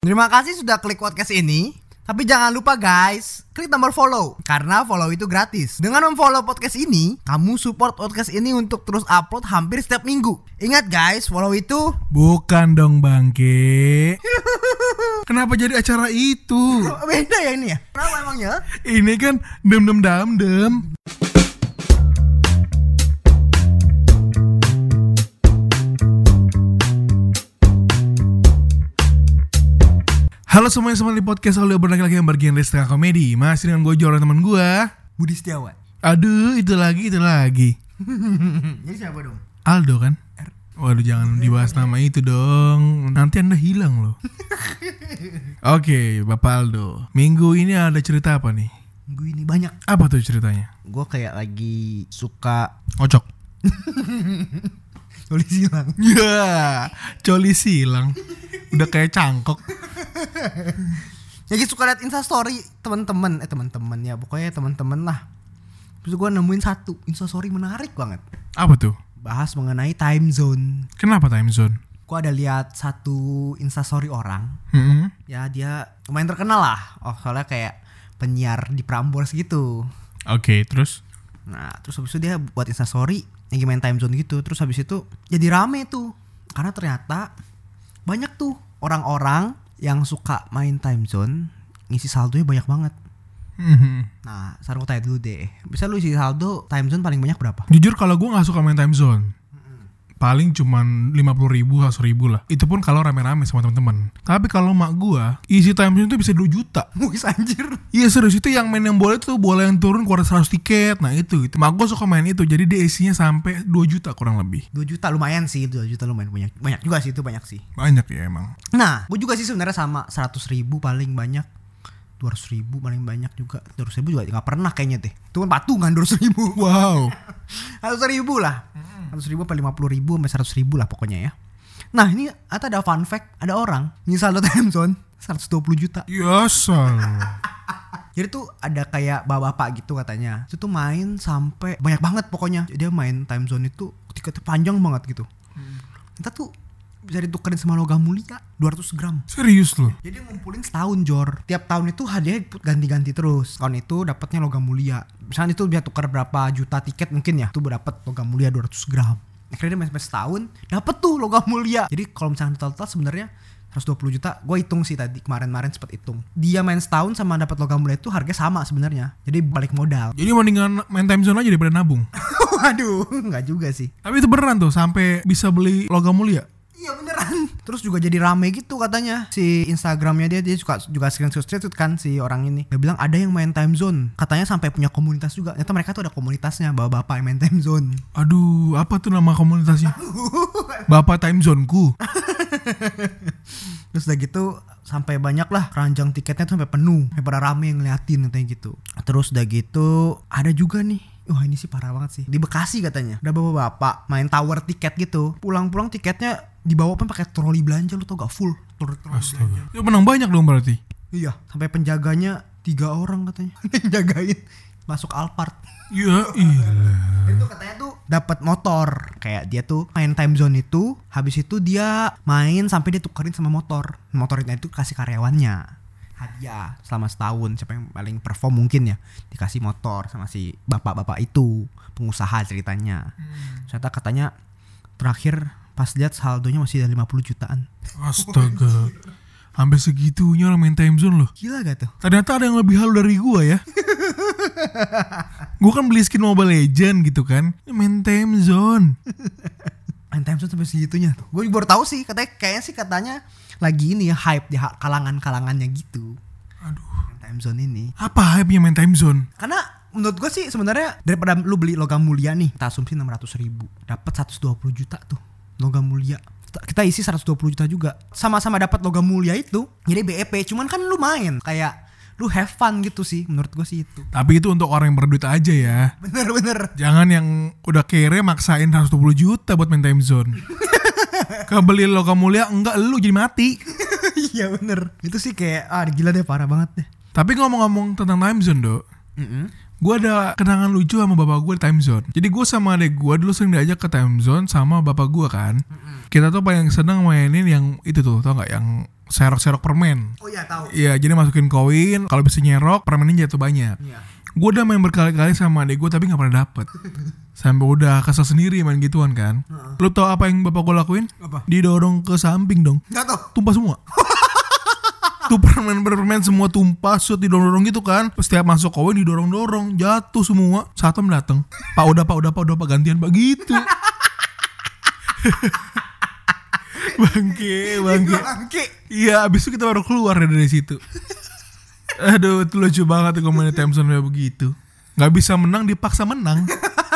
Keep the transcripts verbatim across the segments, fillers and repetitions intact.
Terima kasih sudah klik podcast ini. Tapi jangan lupa guys, klik tombol follow, karena follow itu gratis. Dengan memfollow podcast ini, kamu support podcast ini untuk terus upload hampir setiap minggu. Ingat guys, follow itu bukan dong bangke. Kenapa jadi acara itu? Beda ya ini ya? Kenapa emangnya? Ini kan dem dem dam dem. Halo semuanya, selamat di podcast Audio Bernaki lagi yang bagian dari setengah komedi. Masih dengan gue Jor dan teman gue Budi Setiawan. Aduh, itu lagi, itu lagi. Jadi siapa dong? Aldo kan? Waduh, jangan dibahas nama itu dong. Nanti Anda hilang loh. Oke, Bapak Aldo. Minggu ini ada cerita apa nih? Minggu ini banyak. Apa tuh ceritanya? Gue kayak lagi suka Ocok. Coli silang. Ya, coli silang. Udah kayak cangkok. Jadi suka liat instastory teman-teman, eh teman-teman ya, pokoknya teman-teman lah. Terus gue nemuin satu instastory menarik banget. Apa tuh? Bahas mengenai time zone. Kenapa time zone? Gue ada lihat satu instastory orang. Hmm. Ya dia lumayan terkenal lah. Oh soalnya kayak penyiar di Prambors gitu. Oke, terus? Nah terus habis itu dia buat instastory yang main time zone gitu. Terus habis itu jadi rame tuh, karena ternyata banyak tuh orang-orang yang suka main time zone ngisi saldonya banyak banget. Mm-hmm. Nah sekarang gue tanya dulu deh, bisa lu isi saldo time zone paling banyak berapa? Jujur kalau gue gak suka main time zone, paling cuman lima puluh ribu, seratus ribu lah. Itu pun kalau rame-rame sama teman-teman. Tapi kalau mak gue isi time zone itu bisa dua juta. Wih anjir. Iya serius, itu yang main yang boleh tuh bola yang turun keluar seratus tiket. Nah itu, itu. Mak gue suka main itu, jadi dia isinya sampai dua juta kurang lebih. dua juta lumayan sih, dua juta lumayan banyak. Banyak juga sih, itu banyak sih. Banyak ya emang. Nah gue juga sih sebenarnya sama, seratus ribu paling banyak, dua ratus ribu paling banyak juga. Dua ratus ribu juga gak pernah kayaknya deh. Itu kan patungan dua ratus ribu. Wow. Seratus ribu lah, seratus ribu sampai lima puluh ribu sampai seratus ribu lah pokoknya ya. Nah ini atau ada fun fact, ada orang misal saldo time zone seratus dua puluh juta. Ya salah. Jadi tuh ada kayak bapak-bapak gitu katanya, itu tuh main sampai banyak banget pokoknya. Jadi dia main time zone itu tiketnya panjang banget gitu. Entah tuh bisa ditukerin sama logam mulia dua ratus gram. Serius loh? Jadi ngumpulin setahun Jor. Tiap tahun itu hadiahnya ganti-ganti terus. Tahun itu dapatnya logam mulia. Misalnya itu bisa tukar berapa juta tiket mungkin ya, tuh dapat logam mulia dua ratus gram. Akhirnya dia main sampai setahun dapat tuh logam mulia. Jadi kalau misalnya total sebenarnya seratus dua puluh juta. Gue hitung sih tadi kemarin-kemarin sempat hitung. Dia main setahun sama dapat logam mulia itu harga sama sebenarnya. Jadi balik modal. Jadi mendingan main time zone aja daripada nabung. Waduh, enggak juga sih. Tapi itu beneran tuh sampai bisa beli logam mulia. Iya beneran. Terus juga jadi rame gitu katanya. Si Instagramnya dia, dia juga juga screenshot kan si orang ini. Dia bilang ada yang main time zone. Katanya sampai punya komunitas juga. Ternyata mereka tuh ada komunitasnya, bapak-bapak yang main time zone. Aduh, apa tuh nama komunitasnya? Bapak time zoneku. Terus udah gitu sampai banyak lah keranjang tiketnya tuh sampai penuh. Sampai pada rame yang ngeliatin katanya gitu. Terus udah gitu ada juga nih, wah ini sih parah banget sih, di Bekasi katanya ada bapak-bapak main tower tiket gitu. Pulang-pulang tiketnya dibawa pun pakai troli belanja, lu tau gak, full troli belanja. Ya menang banyak dong berarti. Iya, sampai penjaganya tiga orang katanya yang jagain masuk Alphard. Ya iyalah. Itu katanya tuh dapat motor. Kayak dia tuh main time zone itu, habis itu dia main sampai dia tukerin sama motor. Motornya itu kasih karyawannya hadiah selama setahun. Siapa yang paling perform mungkin ya dikasih motor sama si bapak-bapak itu, pengusaha ceritanya. hmm. Ternyata katanya terakhir pas lihat saldonya masih ada lima puluh jutaan. Astaga. Sampai segitunya orang main time zone loh. Gila gak tuh? Ternyata ada yang lebih halu dari gua ya. Gua kan beli skin Mobile Legend gitu kan, main time zone. Main time zone sampai segitunya tuh. Gue baru tahu sih, katanya kayaknya sih katanya lagi ini ya hype di kalangan-kalangannya gitu. Aduh. Main time zone ini. Apa hype-nya main time zone? Karena menurut gue sih sebenarnya daripada lu beli logam mulia nih, kita asumsi enam ratus ribu, dapat seratus dua puluh juta tuh logam mulia. Kita isi seratus dua puluh juta juga. Sama-sama dapat logam mulia itu. Jadi B E P, cuman kan lu main kayak lu have fun gitu sih, menurut gue sih itu. Tapi itu untuk orang yang berduit aja ya. Bener-bener. Jangan yang udah kere maksain seratus dua puluh juta buat main time zone. Kebeli logam mulia enggak, lu jadi mati. Iya bener. Itu sih kayak ah gila deh, parah banget deh. Tapi ngomong-ngomong tentang time zone, Dok. Mm-hmm. Gue ada kenangan lucu sama bapak gue di time zone. Jadi gue sama adek gue dulu sering diajak ke time zone sama bapak gue kan. Mm-hmm. Kita tuh paling seneng mainin yang itu tuh, tau gak, yang serok-serok permen. Oh iya tahu. Iya, jadi masukin koin, kalau bisa nyerok, permennya jatuh banyak. Iya. Gue udah main berkali-kali sama adik gue tapi gak pernah dapet. Sampai udah kesel sendiri main gituan kan. uh-uh. Lu tau apa yang bapak gue lakuin? Apa? Didorong ke samping dong. Jatuh. Tumpah semua. Tuh permen-permen semua tumpah, set didorong-dorong gitu kan. Setiap masuk koin didorong-dorong, jatuh semua. Satpam dateng, Pak udah pak udah pak udah pak gantian pak gitu. Bangke, bangke. Bangke. Iya, abis itu kita baru keluar dari situ. Aduh, itu lucu banget tuh main Time Zone kayak begitu. Gak bisa menang dipaksa menang.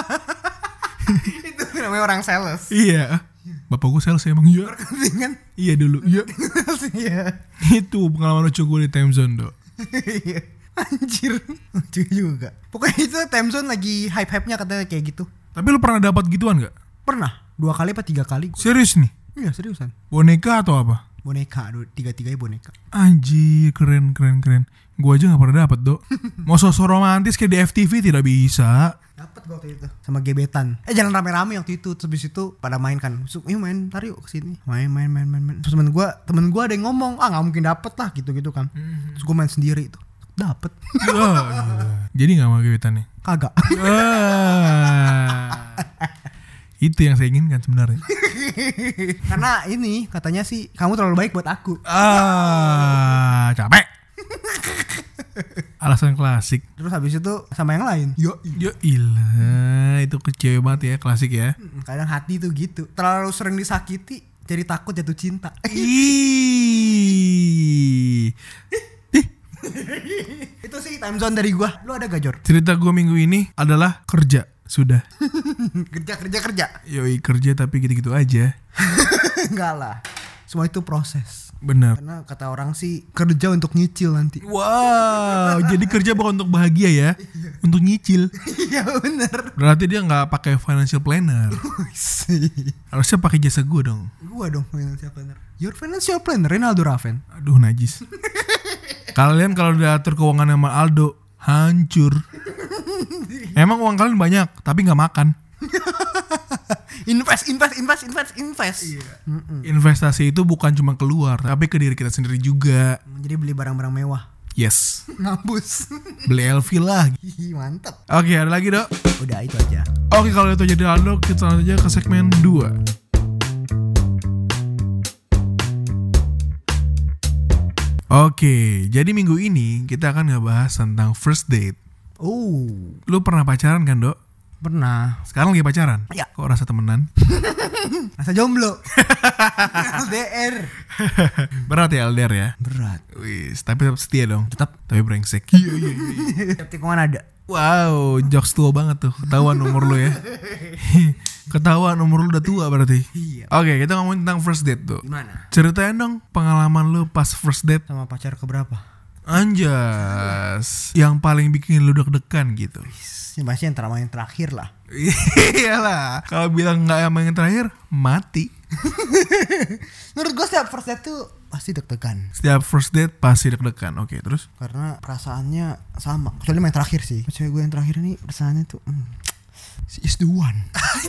Itu namanya orang sales. Iya. Bapak gue sales emang iya. Perketingan. Iya dulu. Iya. Iya. Itu pengalaman lucu gue di Time Zone dok. Iya. Anjir. Lucu juga. Pokoknya itu Time Zone lagi hype-hype-nya katanya kayak gitu. Tapi lu pernah dapat gituan gak? Pernah. Dua kali apa tiga kali. Serius nih? Iya seriusan. Boneka atau apa? Boneka. Tiga-tiganya boneka. Anjir, keren keren keren. Gue aja gak pernah dapet dok. Mau sosok romantis kayak di F T V tidak bisa. Dapet gue waktu itu sama gebetan. Eh jangan rame-rame waktu itu. Terus habis itu pada main kan. Yuk main, ntar yuk kesini. Main main main main main. Terus temen gue temen gue ada yang ngomong, ah gak mungkin dapet lah gitu-gitu kan. Terus gue main sendiri itu. Dapet. Oh, jadi gak mau gebetannya? Kagak. Ah, itu yang saya inginkan sebenarnya. Karena ini katanya sih kamu terlalu baik buat aku. Ah, capek. Alasan klasik. Terus habis itu sama yang lain. Yo, yo ilah, itu kecewa banget ya, klasik ya. Kadang hati tuh gitu. Terlalu sering disakiti, jadi takut jatuh cinta. Ih. Itu sih Time Zone dari gua. Lu ada gak, Jor? Cerita gua minggu ini adalah kerja. Sudah. kerja kerja kerja. Yoi, kerja tapi gitu-gitu aja. Enggak lah. Semua itu proses. Benar. Karena kata orang sih kerja untuk nyicil nanti. Wow, jadi kerja bukan untuk bahagia ya, untuk nyicil. Iya benar. Berarti dia nggak pakai financial planner. Harusnya pakai jasa gue dong. Gua dong financial planner. Your financial planner Ronaldo Raven. Aduh najis. Kalian kalau udah atur keuangan sama Aldo hancur. Emang uang kalian banyak tapi nggak makan. Invest, invest, invest, invest, invest. Iya. Investasi itu bukan cuma keluar, tapi ke diri kita sendiri juga. Jadi beli barang-barang mewah. Yes. Ngabus. Beli L V lah. Ih, mantap. Oke, ada lagi dok? Udah itu aja. Oke, kalau itu jadi Aldo, kita lanjut aja ke segmen dua. Oke, jadi minggu ini kita akan ngebahas tentang first date. Oh, lu pernah pacaran kan dok? Pernah. Sekarang lagi pacaran? Ya. Kok rasa temenan? Rasa jomblo. L D R. Berat ya L D R ya? Berat. Wih, tapi tetap setia dong. Tetap. Tapi brengsek. Iya iya iya. Tiap tikungan ada. Wow, jokes tua banget tuh. Ketahuan umur lu ya. Ketahuan umur lu udah tua berarti. Iya. Oke, kita ngomongin tentang first date tuh. Gimana? Ceritain dong pengalaman lu pas first date Sama pacar keberapa? Anjas. Yang paling bikin lu deg-degan gitu. Ya masih yang terakhir yang terakhir lah. Iyalah. Kalau bilang nggak yang yang terakhir, mati. Menurut gue setiap first date tuh pasti deg-degan. Setiap first date pasti deg-degan. Oke, terus? Karena perasaannya sama. Kecuali yang terakhir sih. Cewek gue yang terakhir ini perasaannya tuh hmm, she is the one.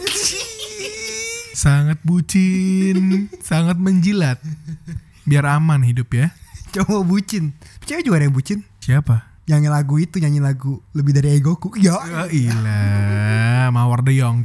Sangat bucin, sangat menjilat. Biar aman hidup ya. Cowok bucin. Cewek juga ada yang bucin. Siapa? Yang nyanyi lagu itu, nyanyi lagu Lebih Dari Egoku. Ya. Oh, ilah, Mawar de Jong.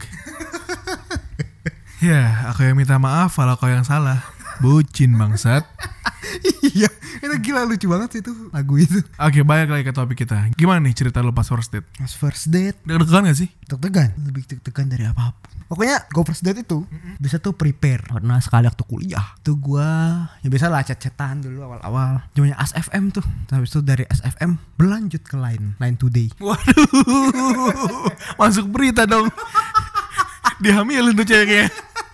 Ya, aku yang minta maaf kalau kau yang salah. Bucin bangsat. Iya, itu gila lucu banget sih itu lagu itu. Oke, balik lagi ke topik kita. Gimana nih cerita lu pas first date? Pas first date Deg-degan gak sih? deg-degan, lebih deg-degan dari apapun. Pokoknya go first date itu mm-hmm. bisa tuh prepare. Karena sekali waktu kuliah tuh gue ya biasa lah chat-chatan dulu awal-awal. Cuma A S F M tuh. Habis itu dari A S F M berlanjut ke Line Line Today. Waduh, masuk berita dong. Dihamilin tuh ceweknya.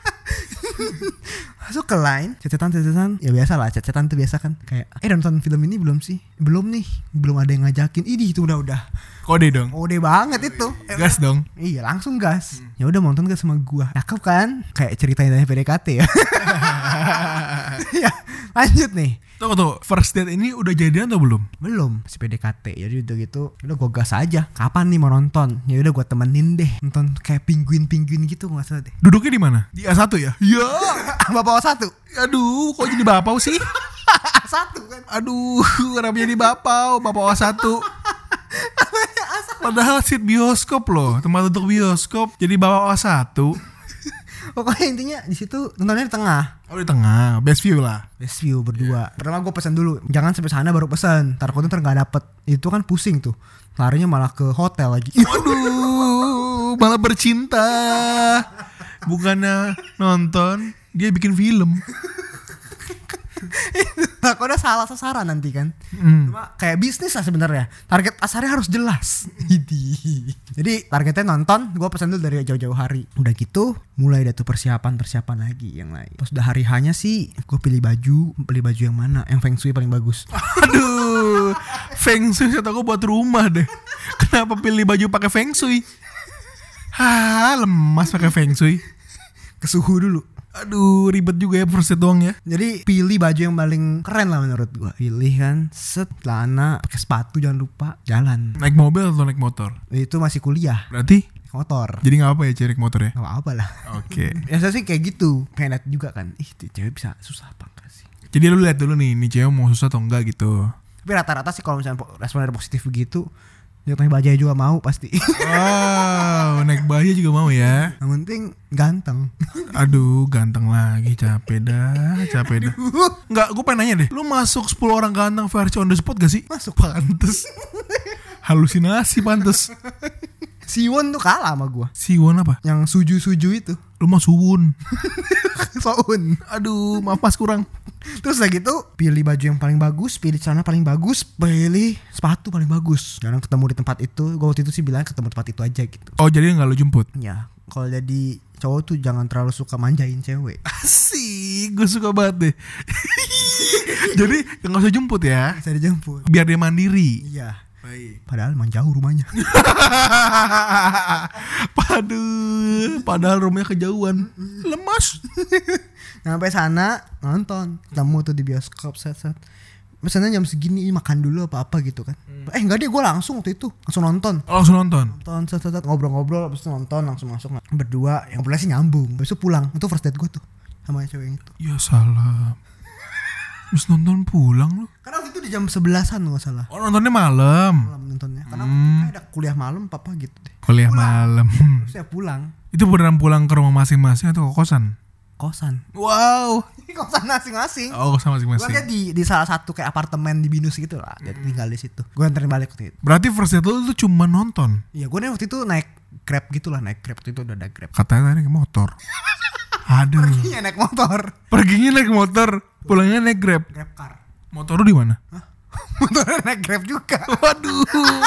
Masuk ke Line, chat-chatan, chat-chatan. Ya biasa lah, chat-chatan tuh biasa kan. Kayak, eh udah nonton film ini belum sih? Belum nih, belum ada yang ngajakin. Ini itu udah-udah kode dong. Kode banget itu. Gas dong. Iya, langsung gas. Hmm. Ya udah nonton ke sama gua. Cakep kan? Kayak ceritanya dari P D K T ya. Ya, lanjut nih. Tunggu tuh, first date ini udah jadian atau belum? Belum, si P D K T. Jadi udah gitu, udah gua gas aja. Kapan nih mau nonton? Ya udah gua temenin deh. Nonton kayak pingguin-pingguin gitu, enggak salah deh. Duduknya di mana? Di A satu ya? Iya. Bapak satu. Aduh, kok jadi bapak sih? A satu kan. Aduh, kenapa jadi bapau, bapau A satu. Padahal seat bioskop loh, tempat duduk bioskop, jadi bapau A satu. Pokoknya intinya di situ nontonnya di tengah. Oh di tengah, best view lah. Best view berdua. Pertama gue pesan dulu, jangan sampai sana baru pesan. Ntar aku ntar nggak dapet. Itu kan pusing tuh. Larinya malah ke hotel lagi. Waduh, malah bercinta. Bukannya nonton, dia bikin film. Aku udah salah sasaran nanti kan. Hmm. Cuma kayak bisnis lah sebenarnya. Target pasarnya harus jelas. Jadi targetnya nonton, gue pesan dulu dari jauh-jauh hari. Udah gitu, mulai dah tuh persiapan-persiapan lagi yang lain. Pas udah hari hanya sih, gue pilih baju, pilih baju yang mana, yang feng shui paling bagus. Aduh, feng shui saya tahu buat rumah deh. Kenapa pilih baju pakai feng shui? Hah, lemas pakai feng shui. Ke suhu dulu. Aduh, ribet juga ya proses doang ya. Jadi pilih baju yang paling keren lah menurut gua. Pilih kan, set, celana, pakai sepatu jangan lupa, jalan. Naik mobil atau naik motor? Itu masih kuliah, Berarti naik motor. jadi nggak apa ya cari motor ya? Gak apa-apa lah. Oke. Biasa sih kayak gitu. Pengen lihat juga kan, ih tuh cewek bisa susah apa enggak sih. Jadi lu lihat dulu nih, nih cewek mau susah atau enggak gitu. Tapi rata-rata sih kalau misalnya po- responnya positif begitu, dia naik bajai juga mau pasti. Wow, naik bajai juga mau ya. Yang penting ganteng. Aduh, ganteng lagi, capek dah, capek dah. Enggak, gue pengen nanya deh. Lu masuk sepuluh orang ganteng versi on the spot gak sih? Masuk. Pantes. Halusinasi pantes. Siwon tuh kalah sama gua. Siwon apa? Yang suju-suju itu. Lu mah suwun. Soun. Aduh, maaf pas kurang. Terus udah gitu, pilih baju yang paling bagus, pilih celana paling bagus, pilih sepatu paling bagus. Jangan ketemu di tempat itu. Gua waktu itu sih bilang ketemu tempat itu aja gitu. Oh, jadi gak lu jemput? Ya, kalau jadi cowok tuh jangan terlalu suka manjain cewek. Asik, gue suka banget deh. Jadi gak usah jemput ya. Bisa dijemput. Biar dia mandiri. Iya. Baik. Padahal emang jauh rumahnya. Paduh, padahal rumahnya kejauhan. Lemas. Sampai sana nonton, ketemu tuh di bioskop set-set. Misalnya jam segini makan dulu apa-apa gitu kan. Hmm. Eh enggak deh, gue langsung waktu itu langsung nonton. Oh, langsung nonton. Nonton set-set ngobrol-ngobrol, habis itu nonton langsung masuk berdua. Yang boleh sih nyambung. Habis itu pulang. Itu first date gue tuh sama cewek yang itu. Ya salah. Terus nonton pulang lu. Karena waktu itu di jam sebelasan nggak salah. Oh, nontonnya malam. Malam nontonnya. Karena waktu itu kayak ada kuliah malam apa gitu deh. Kuliah Pulang. malam. Terus ya pulang. Itu beneran pulang ke rumah masing-masing atau ke kosan? Kosan. Wow. Kosan masing-masing. Oh, kosan Gue masing-masing. di di salah satu kayak apartemen di Binus gitu lah. Dia tinggal di situ. Gue anterin balik waktu itu. Berarti first date lu tuh cuma nonton. Iya, gue nih waktu itu naik Grab gitu lah, naik Grab waktu itu udah ada Grab. Katanya naik motor. Aduh. Iya naik motor. Perginya naik motor, pulangnya naik Grab. Grab car. Motor lu di mana? Motornya naik Grab juga. Waduh.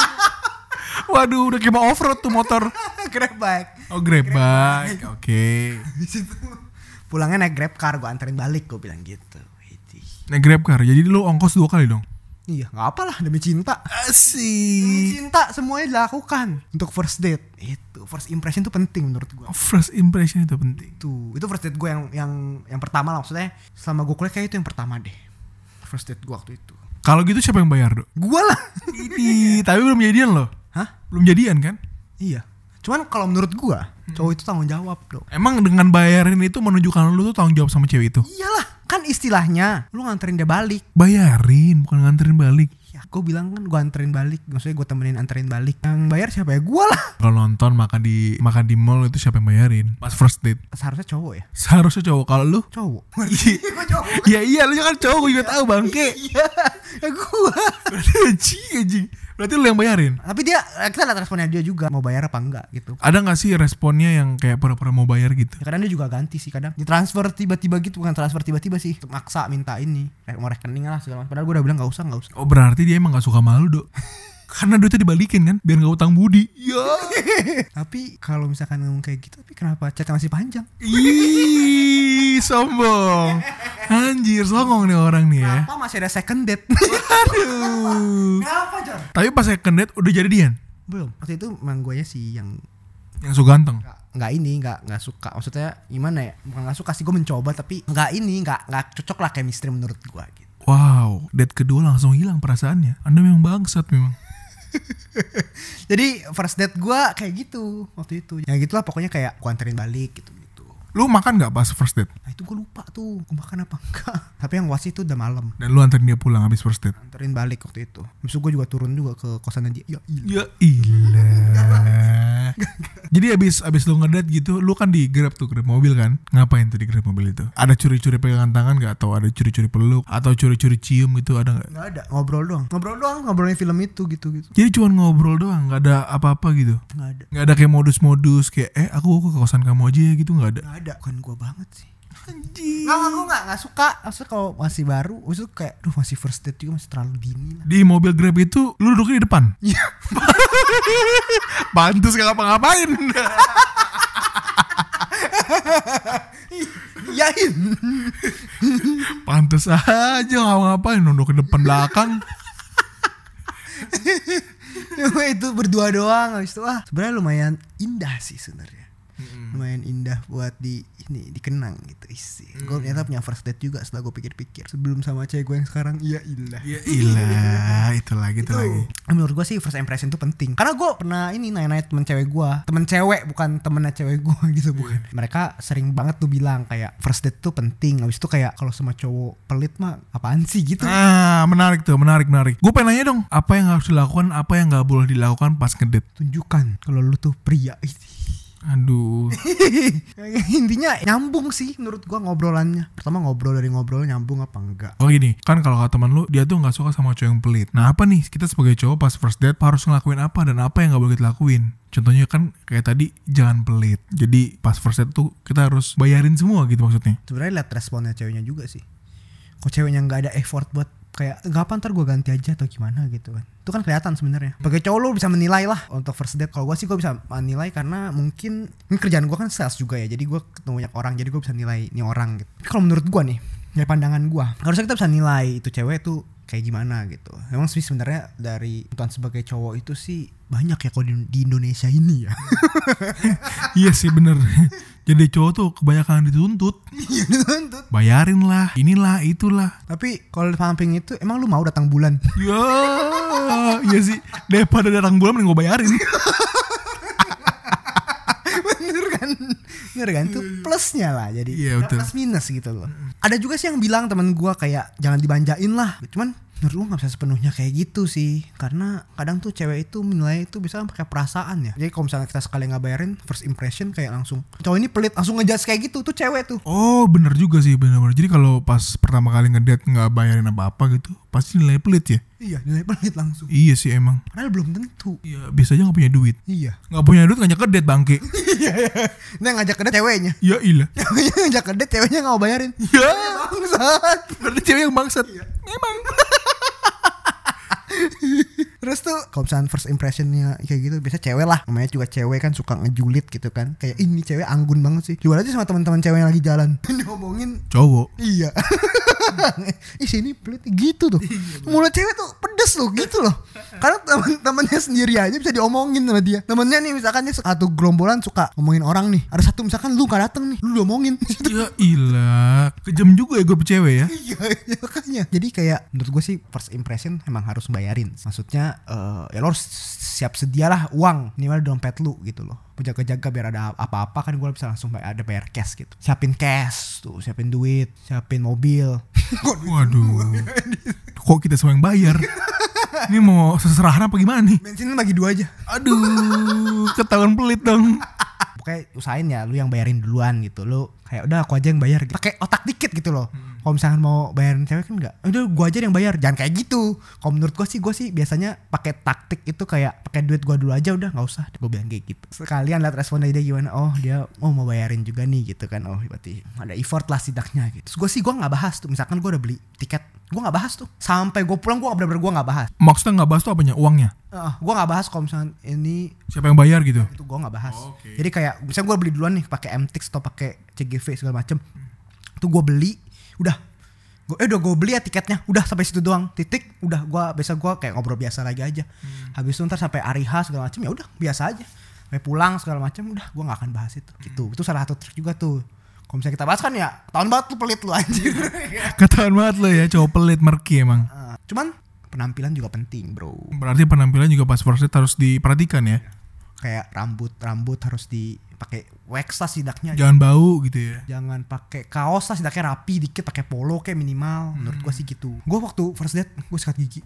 Waduh, udah kayak mau off-road tuh motor. Grab bike. Oh, Grab bike. Oke. Di situ pulangnya naik Grab car, gue anterin balik, gue bilang gitu. Widih. Naik Grab car. Jadi lu ongkos dua kali dong. Iya, nggak apa lah demi cinta. Demi Asik. cinta semuanya dilakukan untuk first date. Itu first impression tuh penting menurut gue. First impression itu penting. Itu itu first date gue yang yang yang pertama lah, maksudnya selama gue kuliah kayak itu yang pertama deh. First date gue waktu itu. Kalau gitu siapa yang bayar, Dok? Gue lah. Ini, tapi belum jadian loh. Hah? Belum jadian kan? Iya. Cuman kalau menurut gue, cowok itu tanggung jawab dong. Emang dengan bayarin itu menunjukkan lu tuh tanggung jawab sama cewek itu? Iyalah, kan istilahnya lu nganterin dia balik. Bayarin, bukan nganterin balik. Ya, gue bilang kan gue anterin balik, maksudnya gue temenin anterin balik. Yang bayar siapa ya? Gue lah. Kalau nonton makan di makan di mall itu siapa yang bayarin? Pas first date. Seharusnya cowok ya. Seharusnya cowok. Kalau lu? Cowok. Iya. cowok. Ya iya, lu kan cowok, gue juga tahu bangke. Iya, ya gue. Berarti anjing, anjing. Berarti lu yang bayarin. Tapi dia, kita lihat responnya dia juga mau bayar apa enggak gitu. Ada gak sih responnya yang kayak pura-pura mau bayar gitu? Ya kadang dia juga ganti sih, kadang ditransfer tiba-tiba gitu, bukan transfer tiba-tiba sih, maksa minta ini, mau rekening lah segala macam. Padahal gue udah bilang nggak usah, nggak usah. Oh, berarti dia emang gak suka malu, Dok. Karena duitnya dibalikin kan, biar gak utang budi. Ya. Tapi kalau misalkan ngomong kayak gitu, tapi kenapa chatnya masih panjang? Ih, sombong. Anjir, songong nih orang nih ya. Kenapa masih ada second date? Aduh. Kenapa Jon? Tapi pas second date udah jadian? Belum. Waktu itu emang gue sih yang Yang so ganteng. nggak nggak ini nggak nggak suka. Maksudnya gimana ya? Bukan nggak suka sih, gue mencoba tapi nggak ini nggak nggak cocok lah chemistry menurut gue gitu. Wow, date kedua langsung hilang perasaannya. Anda memang bangsat memang. Jadi first date gue kayak gitu waktu itu. Ya gitulah pokoknya, kayak gue anterin balik gitu gitu. Lu makan gak pas first date? Nah itu gue lupa tuh gue makan apa enggak. Tapi yang was itu udah malam. Dan lu anterin dia pulang habis first date? Anterin balik waktu itu. Habis itu gue juga turun juga ke kosannya dia. Ya ilah. Ya ilah. Jadi abis abis lu ngedate gitu, lu kan di Grab tuh, Grab mobil kan? Ngapain tuh di Grab mobil itu? Ada curi-curi pegangan tangan gak? Atau ada curi-curi peluk? Atau curi-curi cium gitu, ada gak? Gak ada, ngobrol doang. Ngobrol doang, ngobrolin film itu gitu-gitu. Jadi cuma ngobrol doang, gak ada apa-apa gitu? Gak ada. Gak ada kayak modus-modus kayak eh aku ke kosan kamu aja ya gitu, gak ada? Gak ada, bukan gue banget sih. Anjir. Nggak, gue gak, gak suka. Maksudnya kalau masih baru, maksudnya kayak duh masih first date juga masih terlalu dini lah. Di mobil Grab itu lu duduknya di depan? Iya. Pantes gak ngapa-ngapain. Iyain. Pantes aja gak ngapain, duduk di depan belakang. Itu berdua doang. Habis itu ah sebenarnya lumayan indah sih sebenarnya. Mm-hmm. Lumayan indah buat di ini dikenang gitu isi. Mm. Gue ternyata punya first date juga setelah gue pikir-pikir. Sebelum sama cewek gue yang sekarang, iya ilah. Iya ilah, itu lagi itu, itu lagi. Menurut gue sih first impression itu penting. Karena gue pernah ini nanya-nanya temen cewek gue, temen cewek bukan temennya cewek gue gitu bukan. Yeah. Mereka sering banget tuh bilang kayak first date tuh penting. Habis itu kayak kalau sama cowok pelit mah apaan sih gitu. Ah menarik tuh, menarik menarik. Gue pengen nanya dong, apa yang harus dilakukan, apa yang nggak boleh dilakukan pas ngedate? Tunjukkan kalau lu tuh pria. Aduh. Intinya nyambung sih menurut gua ngobrolannya. Pertama ngobrol dari ngobrol nyambung apa enggak. Oh gini, kan kalau kata teman lu dia tuh gak suka sama cowok yang pelit. Nah apa nih kita sebagai cowok pas first date harus ngelakuin apa dan apa yang gak boleh kita lakuin? Contohnya kan kayak tadi jangan pelit. Jadi pas first date tuh kita harus bayarin semua gitu maksudnya. Sebenarnya lihat responnya ceweknya juga sih. Kok ceweknya gak ada effort buat kayak gak apa ntar gue ganti aja atau gimana gitu kan. Itu kan kelihatan sebenarnya. Sebagai cowok lo bisa menilai lah untuk first date. Kalau gue sih gue bisa menilai karena mungkin ini kerjaan gue kan sales juga ya. Jadi gue ketemu banyak orang jadi gue bisa nilai nih orang gitu. Kalau menurut gue nih dari pandangan gue harusnya kita bisa nilai itu cewek tuh kayak gimana gitu. Emang sih sebenarnya dari tuntutan sebagai cowok itu sih banyak ya kalau di, di Indonesia ini ya. Iya sih bener. Jadi cowok tuh kebanyakan dituntut. Iya dituntut. Bayarin lah, inilah, itulah. Tapi kalau di samping itu emang lu mau datang bulan? Ya, iya sih. Daripada datang bulan mending gue bayarin. Bener kan? Bener kan? Itu plusnya lah. Jadi iya, plus minus gitu loh. Ada juga sih yang bilang temen gue kayak jangan dibanjain lah. Cuman menurut gue gak bisa sepenuhnya kayak gitu sih. Karena kadang tuh cewek itu menilai itu bisa pakai perasaan ya. Jadi kalau misalnya kita sekali gak bayarin first impression kayak langsung cowok ini pelit langsung ngejudge kayak gitu. Tuh cewek tuh. Oh bener juga sih, bener-bener. Jadi kalau pas pertama kali ngedate gak bayarin apa-apa gitu pasti nilai pelit ya. Iya nilai pelit langsung. Iya sih emang. Padahal belum tentu. Iya biasanya gak punya duit. Iya. Gak punya duit ngajak ngedate bangke. Iya iya. Nah ngajak ngedate ceweknya. Ya ilah. Ceweknya ngajak ngedate ceweknya gak mau bayarin. Ya bangsat. Berarti cewek yang bangsat. Iya. Memang. Terus tuh kalau misalnya first impressionnya kayak gitu biasa cewek lah, namanya juga cewek kan suka ngejulit gitu kan, kayak ini cewek anggun banget sih. Jual aja sama teman-teman cewek yang lagi jalan ngomongin cowok. Iya. Ih sini pelit gitu tuh. Mulut cewek tuh pedes loh gitu loh. Karena teman-temannya sendiri aja bisa diomongin sama dia. Temennya nih misalkan dia satu gerombolan suka ngomongin orang nih. Ada satu misalkan lu gak dateng nih, lu diomongin. Ya ilah, kejam juga ya grup cewek ya. Iya, ya, makanya. Jadi kayak menurut gue sih first impression emang harus bayarin. Maksudnya uh, ya lo harus siap sedialah uang minimal dompet lu gitu loh. Jaga-jaga biar ada apa-apa kan gue bisa langsung bayar, ada bayar cash gitu. Siapin cash tuh, siapin duit, siapin mobil. Waduh. Kok kita semua yang bayar? Ini mau seserahan apa gimana nih? Bensin bagi dua aja. Aduh, ketahuan pelit dong. Pokoknya usahain ya lu yang bayarin duluan gitu. Lu kayak udah aku aja yang bayar gitu. Pakai otak dikit gitu loh. Hmm. Kalau misalkan mau bayarin cewek kan enggak. Udah gua aja yang bayar. Jangan kayak gitu. Kalau menurut gua sih gua sih biasanya pakai taktik itu kayak pakai duit gua dulu aja udah enggak usah. Gua bilang kayak gitu. Sekalian lihat responnya dia gimana. Oh, dia oh mau bayarin juga nih gitu kan. Oh, berarti ada effort lah setidaknya gitu. Terus gua sih gua enggak bahas tuh. Misalkan gua udah beli tiket, gua enggak bahas tuh. Sampai gua pulang gua bener-bener gua enggak bahas. Maksudnya enggak bahas tuh apanya? Uangnya? Uh, gue nggak bahas kalau misalnya ini siapa yang bayar gitu. Itu gue nggak bahas. Oh, okay. Jadi kayak misalnya gue beli duluan nih pakai M T X atau pakai C G V segala macem. Hmm. Itu gue beli, udah, gue eh udah gue beli ya tiketnya, udah sampai situ doang. Titik, udah gue biasa gue kayak ngobrol biasa lagi aja. Hmm. Habis itu ntar sampai hari H segala macem ya udah biasa aja. Sampai pulang segala macem udah gue nggak akan bahas itu. Hmm. Gitu. Itu salah satu trik juga tuh. Kalau misalnya kita bahas kan ya tahun banget lu pelit lu anjir. Ketahuan banget lu ya cowok pelit merki emang. Uh, cuman penampilan juga penting bro. Berarti penampilan juga pas first date harus diperhatikan ya. Kayak rambut rambut harus dipakai wax lah setidaknya. Jangan bau gitu ya. Jangan pakai kaos lah setidaknya rapi dikit, pakai polo kayak minimal. Menurut gua sih gitu. Gua waktu first date gua sikat gigi.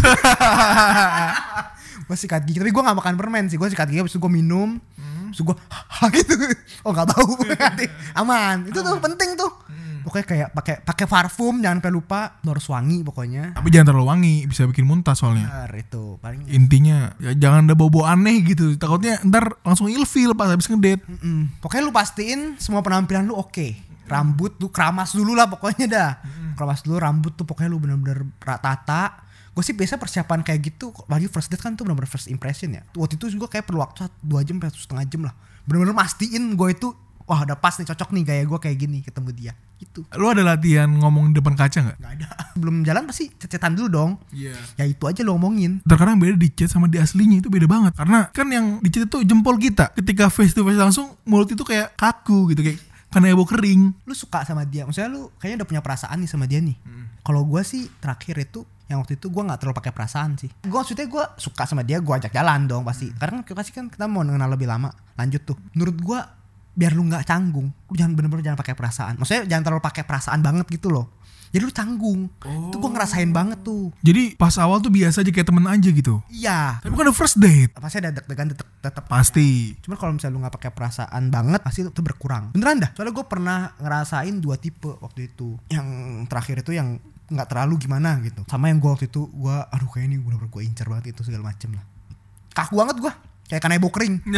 Gua sikat gigi tapi gua enggak makan permen sih. Gua sikat gigi habis itu gua minum. Hmm. Terus gua gitu. Oh enggak bau. Aman. Itu tuh penting tuh. Pokoknya kayak pakai pakai parfum, jangan sampai lupa, harus wangi pokoknya. Tapi jangan terlalu wangi, bisa bikin muntah soalnya. Benar itu, paling intinya ya jangan ada bau-bau aneh gitu. Takutnya ntar langsung ilfil pas habis ngedate. Mm-mm. Pokoknya lu pastiin semua penampilan lu oke. Okay. Rambut tuh keramas dulu lah pokoknya dah. Mm. Keramas dulu rambut tuh pokoknya lu benar-benar tata. Gue sih biasa persiapan kayak gitu, lagi first date kan tuh benar-benar first impression ya. Waktu itu gue kayak perlu waktu dua jam atau setengah jam lah. Benar-benar mastiin gue itu wah udah pas nih, cocok nih gaya gue kayak gini ketemu dia gitu. Lu ada latihan ngomong di depan kaca gak? Gak ada. Belum jalan pasti cecetan dulu dong. Iya. Yeah. Ya itu aja lu omongin. Terkadang beda di chat sama di aslinya itu beda banget. Karena kan yang di chat itu jempol kita. Ketika face to face langsung mulut itu kayak kaku gitu, kayak karena bau kering. Lu suka sama dia, maksudnya lu kayaknya udah punya perasaan nih sama dia nih. Hmm. Kalau gue sih terakhir itu yang waktu itu gue nggak terlalu pakai perasaan sih. Gue maksudnya gue suka sama dia, gue ajak jalan dong pasti. Hmm. Karena kan pasti kan kita mau mengenal lebih lama. Lanjut tuh. Menurut gue biar lu nggak canggung, lu jangan bener-bener jangan pakai perasaan. Maksudnya jangan terlalu pakai perasaan banget gitu loh. Jadi lu canggung. Oh. Itu gue ngerasain banget tuh. Jadi pas awal tuh biasa aja kayak temen aja gitu. Iya. Tapi kan ada first date. Pasti ada deg-degan tetep, tetep pasti. Ya. Cuman kalau misalnya lu nggak pakai perasaan banget, pasti itu berkurang. Beneran dah. Soalnya gue pernah ngerasain dua tipe waktu itu. Yang terakhir itu yang nggak terlalu gimana gitu. Sama yang gue waktu itu gue, aduh kayak ini bener-bener gue incar banget itu segala macem lah. Kaku banget gue. Kayak kanebo kering.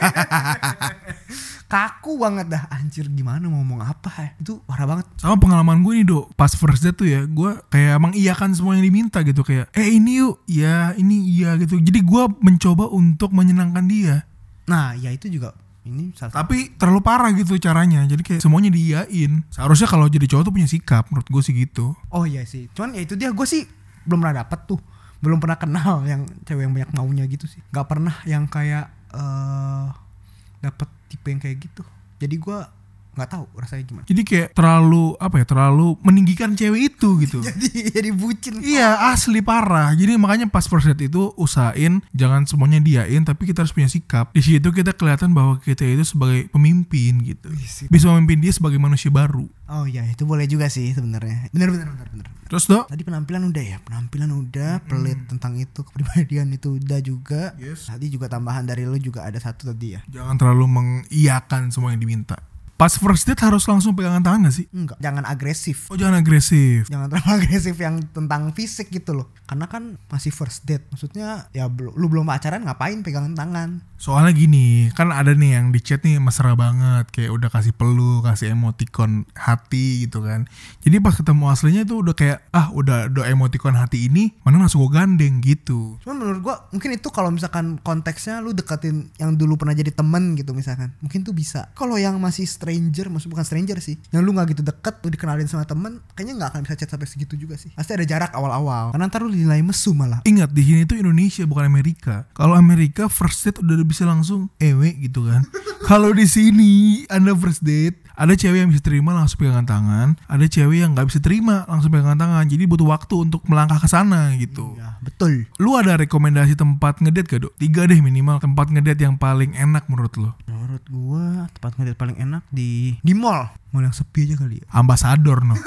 Kaku banget dah. Anjir gimana mau ngomong apa ya. Itu parah banget. Sama pengalaman gue nih Do, pas first date tuh ya, gue kayak emang iyakan semua yang diminta gitu. Kayak eh ini yuk, ya ini iya gitu. Jadi gue mencoba untuk menyenangkan dia. Nah ya itu juga ini salah. Tapi terlalu parah gitu caranya. Jadi kayak semuanya diiyain. Seharusnya kalau jadi cowok tuh punya sikap, menurut gue sih gitu. Oh iya sih. Cuman ya itu dia, gue sih belum pernah dapet tuh. Belum pernah kenal yang cewek yang banyak maunya gitu sih. Gak pernah yang kayak uh, dapet tipe yang kayak gitu. Jadi gue nggak tahu rasanya gimana. Jadi kayak terlalu apa ya, terlalu meninggikan cewek itu gitu. jadi jadi bucin. Iya asli parah. Jadi makanya pas first date itu usahain jangan semuanya diain, tapi kita harus punya sikap. Di situ kita kelihatan bahwa kita itu sebagai pemimpin gitu. Bisa memimpin dia sebagai manusia baru. Oh iya itu boleh juga sih sebenarnya. Benar benar benar benar. Terus Do? Tadi penampilan udah ya, penampilan udah, mm-hmm. pelit tentang itu, kepribadian itu udah juga. Yes. Tadi juga tambahan dari lu juga ada satu tadi ya. Jangan terlalu mengiyakan semua yang diminta. Pas first date harus langsung pegangan tangan gak sih? Enggak, jangan agresif. Oh jangan agresif. Jangan terlalu agresif yang tentang fisik gitu loh. Karena kan masih first date. Maksudnya ya lu belum pacaran ngapain pegangan tangan. Soalnya gini, kan ada nih yang di chat nih mesra banget. Kayak udah kasih peluk, kasih emoticon hati gitu kan. Jadi pas ketemu aslinya tuh udah kayak ah udah do emoticon hati ini, mana langsung gue gandeng gitu. Cuman menurut gue mungkin itu kalau misalkan konteksnya lu deketin yang dulu pernah jadi temen gitu misalkan. Mungkin tuh bisa. Kalau yang masih stranger, maksud bukan stranger sih, yang lu gak gitu deket, lu dikenalin sama temen, kayaknya gak akan bisa chat sampai segitu juga sih. Pasti ada jarak awal-awal. Karena ntar lu dinilai mesum malah. Ingat di sini tuh Indonesia bukan Amerika. Kalau Amerika first date udah bisa langsung ewe gitu kan. Kalau di sini Anda first date, ada cewek yang bisa terima langsung pegangan tangan, ada cewek yang nggak bisa terima langsung pegangan tangan. Jadi butuh waktu untuk melangkah ke sana gitu. Iya, betul. Lu ada rekomendasi tempat ngedate gak, Do? Tiga deh minimal tempat ngedate yang paling enak menurut lu. Menurut gua tempat ngedate paling enak di di mall. Mall yang sepi aja kali ya. Ambasador no.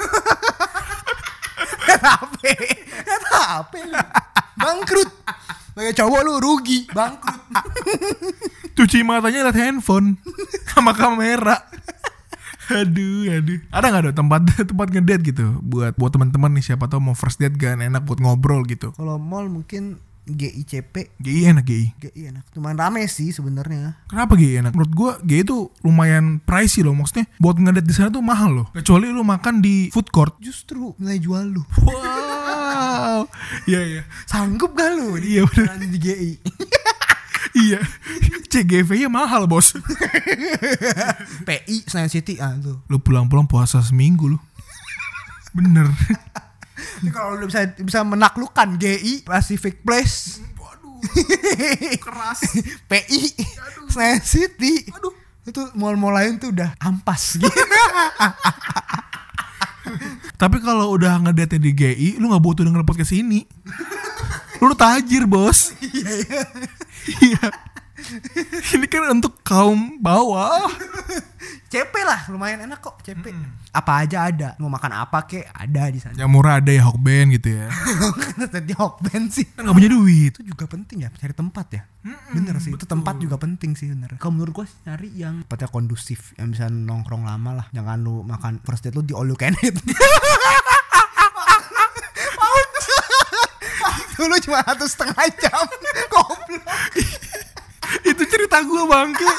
Apa? Apa? Bangkrut. Kayak cowok lu rugi, bangkrut. Cuci matanya liat handphone sama kamera. Aduh, aduh. Ada nggak Do tempat tempat ngedate gitu buat buat teman-teman nih, siapa tahu mau first date kan enak buat ngobrol gitu. Kalau mall mungkin G I C P. G I enak G I. G I enak. Cuman rame sih sebenarnya. Kenapa G I enak? Menurut gua G I itu lumayan pricey loh, maksudnya buat ngedate di sana tuh mahal loh. Kecuali lu makan di food court. Justru nilai jual lu. Wow. Iya iya. Sanggup gak lu? Iya benar di G I. Iya. C G V-nya mahal, Bos. P I Senayan City ah tuh. Lu pulang-pulang puasa seminggu lu. Bener. Ini kalau lu bisa bisa menaklukkan G I Pacific Place. Waduh. Keras. P I Senayan City. Aduh. Itu mall-mall lain tuh udah ampas gitu. Tapi kalau udah ngedate di G I, lu gak butuh denger podcast ini. Lu tajir, Bos. Iya iya. Iya. Ini kan untuk kaum bawah. C P lah, lumayan enak kok C P. Hmm. Apa aja ada. Mau makan apa kek ada di sana. Yang murah ada ya Hokben gitu ya. Tadi Hokben sih. Kan gak punya duit. Itu juga penting ya, cari tempat ya. Hmm, bener sih, betul. Itu tempat juga penting sih bener. Kalau menurut gue sih nyari yang tempatnya kondusif, yang bisa nongkrong lama lah. Jangan lu makan first date lu di all you can eat. Dulu cuma satu setengah jam. Goblok. Itu cerita gue bangke.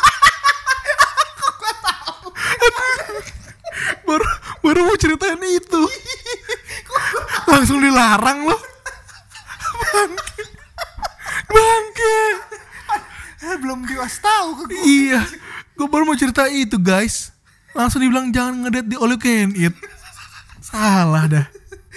baru baru mau ceritain itu langsung dilarang loh. Bangke bangke belum diwas tahu ke gue. Iya, gue baru mau cerita itu guys, langsung dibilang jangan ngedate di all you can eat. Salah dah.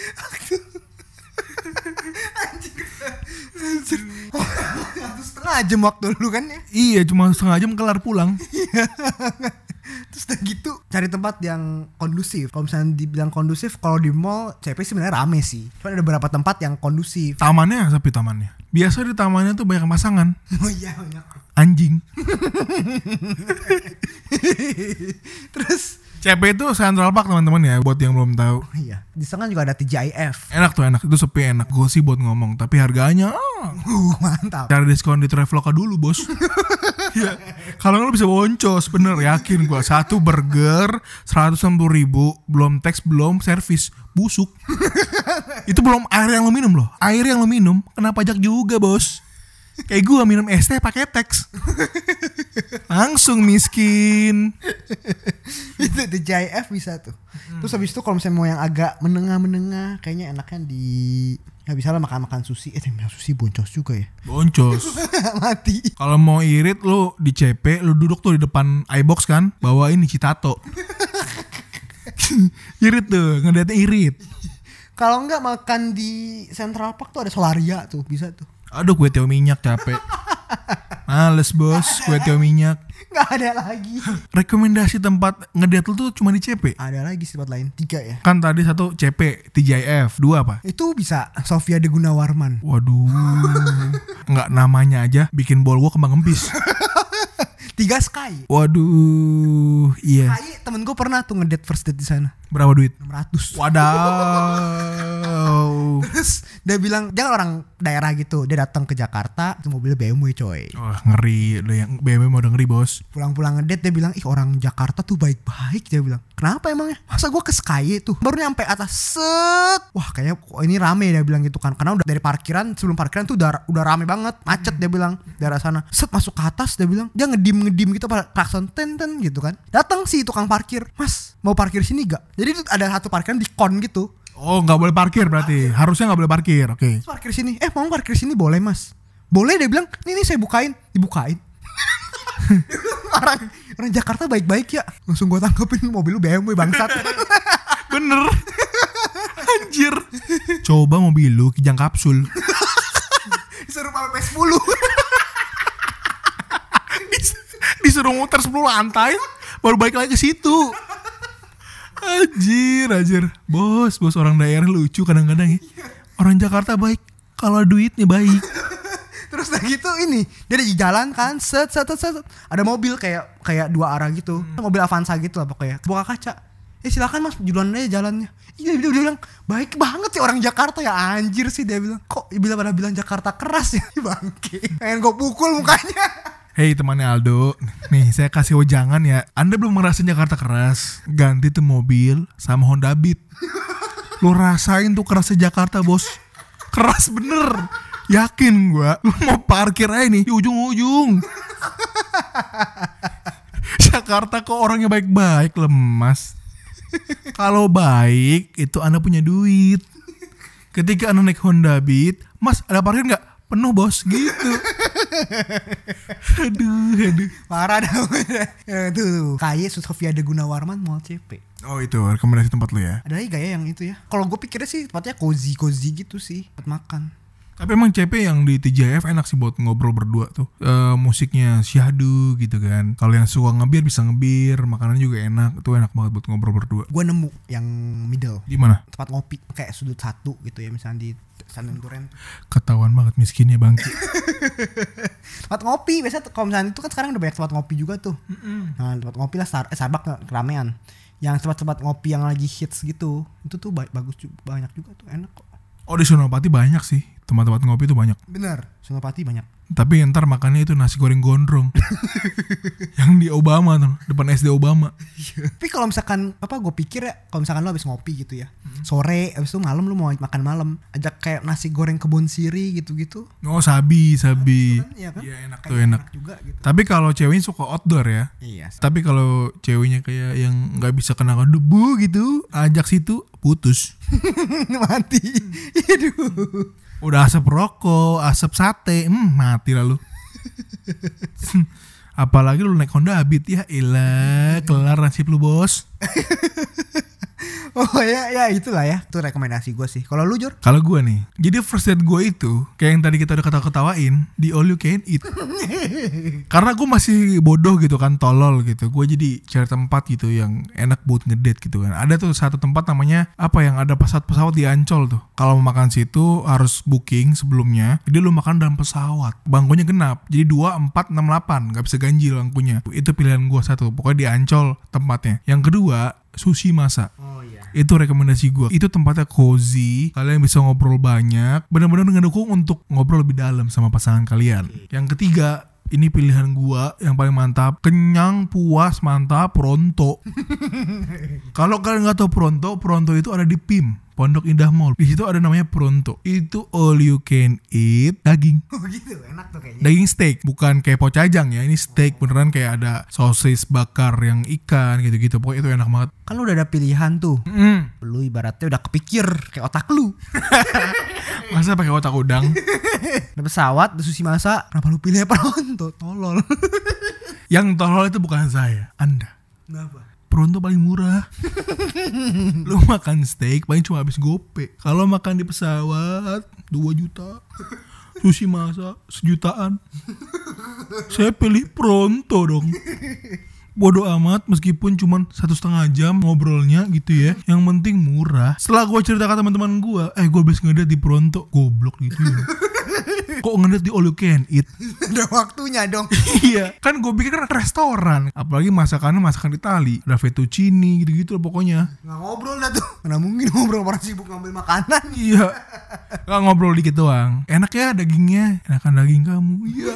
Anjir. Anjir. Oh, satu setengah jam waktu dulu kan ya. Iya, cuma setengah jam kelar pulang. Terus udah gitu cari tempat yang kondusif. Kalau misalnya dibilang kondusif, kalau di mall C P sebenarnya rame sih. Cuma ada beberapa tempat yang kondusif. Tamannya tapi tamannya. Biasa di tamannya tuh banyak pasangan. Oh iya banyak. Anjing. Terus C P itu Central Park teman-teman ya, buat yang belum tahu. oh iya, di sana juga ada T G I F. Enak tuh, enak. Itu sepi enak. Gue sih buat ngomong, tapi harganya Uh, mantap. cari diskon di Traveloka dulu, Bos. Ya, kalau nggak lu bisa boncos, bener yakin gue. Satu burger seratus enam puluh ribu, belum teks, belum servis, busuk. Itu belum air yang lo minum loh. Air yang lo minum kena pajak juga, Bos. Kayak gue minum es teh pakai teks, langsung miskin. Itu T G I F bisa tuh. Hmm. Terus habis itu kalau misalnya mau yang agak menengah-menengah, kayaknya enaknya di ya bisa lah makan-makan sushi. Eh tapi sushi boncos juga ya. Boncos. Mati. Kalau mau irit lu di C P, lu duduk tuh di depan iBox kan, bawa ini Citato. Irit tuh, ngeliatnya irit. Kalau enggak makan di Central Park tuh ada Solaria tuh, bisa tuh. Aduh, kue tiaw minyak capek. Males bos, kue tiaw minyak. Gak ada lagi. Rekomendasi tempat ngedate lu tuh cuma di C P. Ada lagi sih tempat lain, tiga ya. Kan tadi satu C P, T J I F, dua apa? Itu bisa Sofia de Gunawarman. Waduh, nggak namanya aja bikin bol gua kembang kempis. Tiga Sky. Waduh, iya. Sky temen gue pernah tuh ngedate first date di sana. Berapa duit? enam ratus. Wadaw. Terus dia bilang jangan orang daerah gitu. Dia datang ke Jakarta, itu mobilnya B M W coy. Wah, ngeri. Udah yang B M W mau udah ngeri bos. Pulang-pulang ngedate dia bilang, ih orang Jakarta tuh baik-baik. Dia bilang, kenapa emangnya? Masa gue ke Sky tuh baru nyampe atas set. Wah kayaknya kok ini rame, dia bilang gitu kan. Karena udah dari parkiran, sebelum parkiran tuh udah, udah rame banget. Macet dia bilang daerah sana. Set masuk ke atas dia bilang, dia ngedim-ngedim gitu pada klakson ten-ten gitu kan. Datang si tukang parkir, mas mau parkir sini gak? Jadi tuh ada satu parkiran di kon gitu. Oh, nggak boleh parkir berarti. Harusnya nggak boleh parkir. Oke. Okay. Parkir sini. Eh, mau parkir sini boleh, Mas? Boleh, dia bilang. Nih, nih saya bukain. Dibukain. orang orang Jakarta baik-baik ya. Langsung gue tangkepin mobil lu B M W bangsat. Bener. Anjir. Coba mobil lu kijang kapsul. Disuruh pakai P sepuluh. Disuruh muter sepuluh lantai baru balik lagi ke situ. Anjir, anjir. Bos, bos orang daerah lucu kadang-kadang ya. Orang Jakarta baik kalau duitnya baik. Terus udah gitu ini, dia di jalan kan, set set set, set. Ada mobil kayak kayak dua arah gitu. Hmm. Mobil Avanza gitu lah pokoknya. Buka kaca. Eh silakan Mas, duluan aja jalannya. Iya, dia, dia bilang, "Baik banget sih orang Jakarta ya." Anjir sih dia bilang. Kok bila pada bilang Jakarta keras ya, bangke. Pengen gue pukul mukanya. Hei temannya Aldo, nih saya kasih wejangan ya. Anda belum ngerasain Jakarta keras, ganti tuh mobil sama Honda Beat. Lu rasain tuh kerasnya Jakarta bos. Keras bener. Yakin gua. Lu mau parkir aja nih di ujung-ujung. Jakarta kok orangnya baik-baik lemas. Kalau baik itu Anda punya duit. Ketika Anda naik Honda Beat, Mas ada parkir gak? Penuh bos gitu. Aduh, aduh. Parah dah. Ya, tuh, K Y Sofia de Gunawarman Mall C P. Oh itu rekomendasi tempat lu ya. Ada lagi gaya yang itu ya. Kalau gue pikirnya sih tempatnya cozy cozy gitu sih, tempat makan. Tapi emang C P yang di T J F enak sih buat ngobrol berdua tuh. E, musiknya syahdu gitu kan. Kalau yang suka ngebir bisa ngebir, makanan juga enak. Itu enak banget buat ngobrol berdua. Gue nemu yang middle. Di mana? Tempat ngopi kayak sudut satu gitu ya, misalnya di Pesantren Duren. Ketahuan banget miskinnya bangki. Tempat ngopi biasa kalau misalnya itu kan sekarang udah banyak tempat ngopi juga tuh. Mm-mm. Nah tempat ngopi lah Star, eh, Starbucks keramaian. Yang tempat-tempat ngopi yang lagi hits gitu, itu tuh ba- bagus juga, banyak juga tuh, enak kok. Oh di Senopati banyak sih, tempat-tempat ngopi tuh banyak. Bener, Senopati banyak. Tapi ntar makannya itu nasi goreng gondrong. Yang di Obama tuh, depan S D Obama. Tapi kalau misalkan apa gue pikir ya, kalau misalkan lo habis ngopi gitu ya, hmm. sore abis itu malam lo mau makan malam, ajak kayak nasi goreng Kebun Siri gitu-gitu. Oh sabi, sabi. Iya kan? Iya enak kayak tuh enak. enak juga gitu. Tapi kalau ceweknya suka outdoor ya. Iya. Tapi kalau ceweknya kayak yang nggak bisa kena debu gitu, ajak situ putus. Mati. Aduh. Udah asap rokok, asap sate, hmm, mati lalu. Apalagi lu naik Honda Beat, ya ilah, kelar nasib lu bos. Oh ya, ya itulah ya. Itu rekomendasi gue sih. Kalau lu Jor? Kalau gue nih, jadi first date gue itu kayak yang tadi kita udah ketawa-ketawain di all you can eat. Karena gue masih bodoh gitu kan, tolol gitu. Gue jadi cari tempat gitu yang enak buat ngedate gitu kan. Ada tuh satu tempat namanya apa yang ada pesawat-pesawat di Ancol tuh. Kalau mau makan situ harus booking sebelumnya. Jadi lu makan dalam pesawat. Bangkunya genap. Jadi dua, empat, enam, delapan. Gak bisa ganjil bangkunya. Itu pilihan gue satu. Pokoknya di Ancol tempatnya. Yang kedua, Sushi Masa. Oh iya. Itu rekomendasi gue. Itu tempatnya cozy, kalian bisa ngobrol banyak, benar-benar ngedukung untuk ngobrol lebih dalam sama pasangan kalian. Okay. Yang ketiga, ini pilihan gue yang paling mantap, kenyang, puas, mantap, Pronto. Kalau kalian nggak tahu Pronto, Pronto itu ada di P I M, Pondok Indah Mall. Di situ ada namanya Pronto. Itu all you can eat daging. Oh gitu, enak tuh kayaknya. Daging steak, bukan kayak pocajang ya. Ini steak beneran kayak ada sosis bakar yang ikan gitu-gitu. Pokoknya itu enak banget. Kan lu udah ada pilihan tuh. Mm. Lu ibaratnya udah kepikir kayak otak lu. Masa pakai otak udang? Ada pesawat, ada Sushi Masa. Kenapa lu pilih Pronto? Tolol. Yang tolol itu bukan saya, Anda. Kenapa? Pronto paling murah. Lu makan steak paling cuma habis gope. Kalau makan di pesawat dua juta. Sushi Masa sejutaan. Saya pilih Pronto dong. Bodoh amat meskipun cuma satu setengah jam ngobrolnya gitu ya. Yang penting murah. Setelah gue cerita ke teman-teman gue, eh gue habis ngedate di Pronto, goblok gitu ya. Kok ngedate di all you can eat? Ada waktunya dong. Iya, kan gue pikir kan restoran. Apalagi masakannya masakan Itali, ada fettuccine gitu-gitu lah pokoknya. Nggak ngobrol dah tuh. Mana mungkin ngobrol, orang sibuk ngambil makanan. Iya. Nggak ngobrol dikit doang. Enak ya dagingnya, enakan daging kamu. Iya.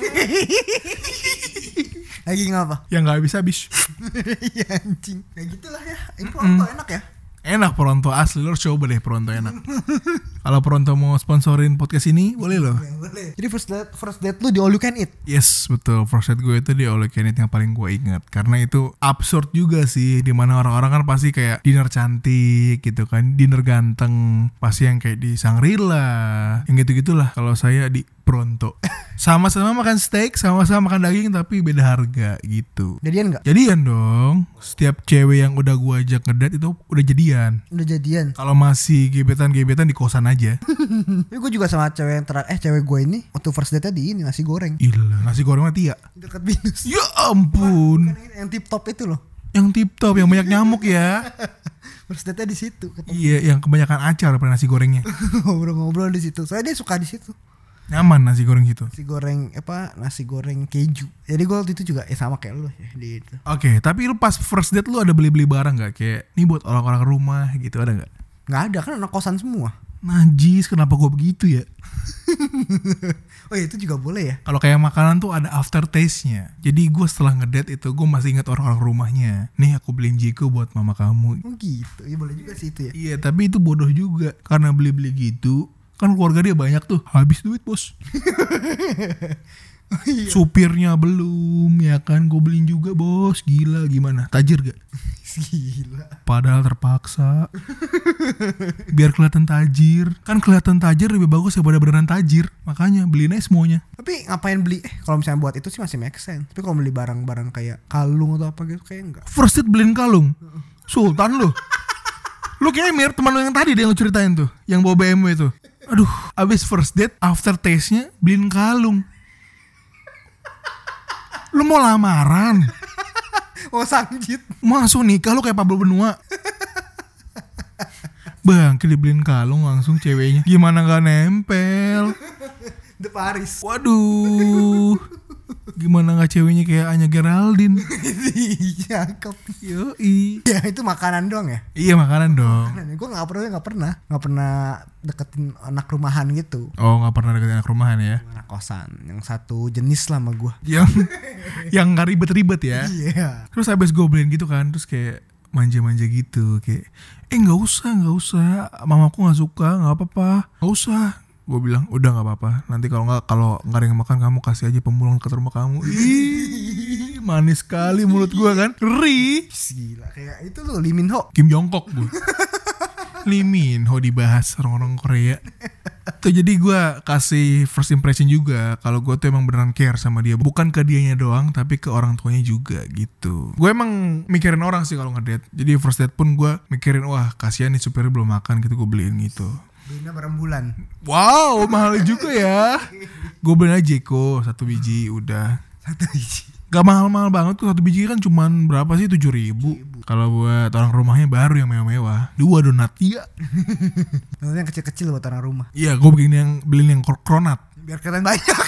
Daging apa? Yang nggak habis-habis. Iya anjing. Ya gitulah ya. Ini Pronto enak ya. Enak Pronto asli, lo harus coba deh Pronto enak. Kalau Pronto mau sponsorin podcast ini boleh loh. Ya, boleh. Jadi first date, first date lu di all you can eat. Yes betul, first date gue itu di all you can eat yang paling gue ingat. Karena itu absurd juga sih, dimana orang-orang kan pasti kayak dinner cantik gitu kan, dinner ganteng, pasti yang kayak di Shangri-La, yang gitu-gitulah. Kalau saya di Pronto. Sama-sama makan steak, sama-sama makan daging, tapi beda harga gitu. Jadian gak? Jadian dong. Setiap cewek yang udah gue ajak ngedate itu udah jadian. Udah jadian. Kalau masih gebetan-gebetan di kosan aja. Tapi gue juga sama cewek yang terakhir, eh cewek gue ini waktu first date-nya di ini nasi goreng. Iya, nasi goreng mah Tia. Dekat binus. Ya ampun. Bukan yang tip top itu loh. Yang tip top, yang banyak nyamuk ya. First date-nya di situ. Iya, yang kebanyakan acar pada nasi gorengnya. Ngobrol-ngobrol di situ. Soalnya dia suka di situ. Nyaman nasi goreng gitu. Nasi goreng apa? Nasi goreng keju. Jadi gue waktu itu juga eh sama kayak lu ya di itu. Oke, okay, tapi lu pas first date lu ada beli-beli barang gak? Kayak ini buat orang-orang rumah gitu, ada gak? Gak ada, kan anak kosan semua. Najis, kenapa gue begitu ya? Oh ya, itu juga boleh ya. Kalau kayak makanan tuh ada aftertaste-nya. Jadi gue setelah ngedate itu gue masih ingat orang-orang rumahnya. Nih aku beliin Jiko buat mama kamu. Oh gitu, ya boleh juga sih itu ya. Iya, tapi itu bodoh juga. Karena beli-beli gitu kan keluarga dia banyak tuh, habis duit bos. Oh, iya. Supirnya belum, ya kan, gue beliin juga bos. Gila, gimana? Tajir gak? Gila. Padahal terpaksa. Biar kelihatan tajir. Kan kelihatan tajir lebih bagus daripada beneran tajir. Makanya beliin aja semuanya. Tapi ngapain beli? Eh kalau misalnya buat itu sih masih make sense. Tapi kalau beli barang-barang kayak kalung atau apa gitu kayak enggak. First date beliin kalung? Sultan lu. Lu kayak Mir, teman lu yang tadi dia yang lu ceritain tuh, yang bawa B M W itu. Aduh, abis first date, after taste-nya beliin kalung. Lu mau lamaran? Oh sangjit. Masuk nikah lu kayak Pablo Benua. Bang, dibeliin kalung langsung ceweknya. Gimana gak nempel? The Paris. Waduh. Gimana gak ceweknya kayak Anya Geraldine? Cakep. Yoi. Ya itu makanan doang ya? Iya makanan dong. Gue gak pernah, gak pernah Gak pernah deketin anak rumahan gitu. Oh gak pernah deketin anak rumahan ya? Anak kosan, yang satu jenis lah sama gue. Yang yang gak ribet-ribet ya? Iya. Terus habis gue beliin gitu kan, terus kayak manja-manja gitu. Kayak, eh gak usah, gak usah, mamaku gak suka, gak apa-apa, gak usah. Gue bilang udah nggak apa-apa, nanti kalau nggak kalau nggak ada yang makan kamu kasih aja pemulung ke rumah kamu. Ih, manis sekali mulut gue kan, ri. Gila, kayak itu loh Lee Min Ho. Kim Jong Kook gue. Lee Min Ho dibahas orang-orang Korea. Tuh jadi gue kasih first impression juga kalau gue tuh emang beneran care sama dia, bukan ke dianya doang tapi ke orang tuanya juga gitu. Gue emang mikirin orang sih kalau ngedate. Jadi first date pun gue mikirin wah kasihan nih supirnya belum makan gitu, gue beliin gitu. Belinya bareng bulan. Wow, mahal juga ya. Gue beliin aja Jeko satu biji udah. Satu biji. Gak mahal-mahal banget tuh, satu biji kan cuman berapa sih, tujuh ribu. Kalau buat orang rumahnya baru yang mewah-mewah. Dua donat ya. Yang kecil-kecil buat orang rumah. Iya, gue bikin yang beliin yang kronat. Biar kalian banyak.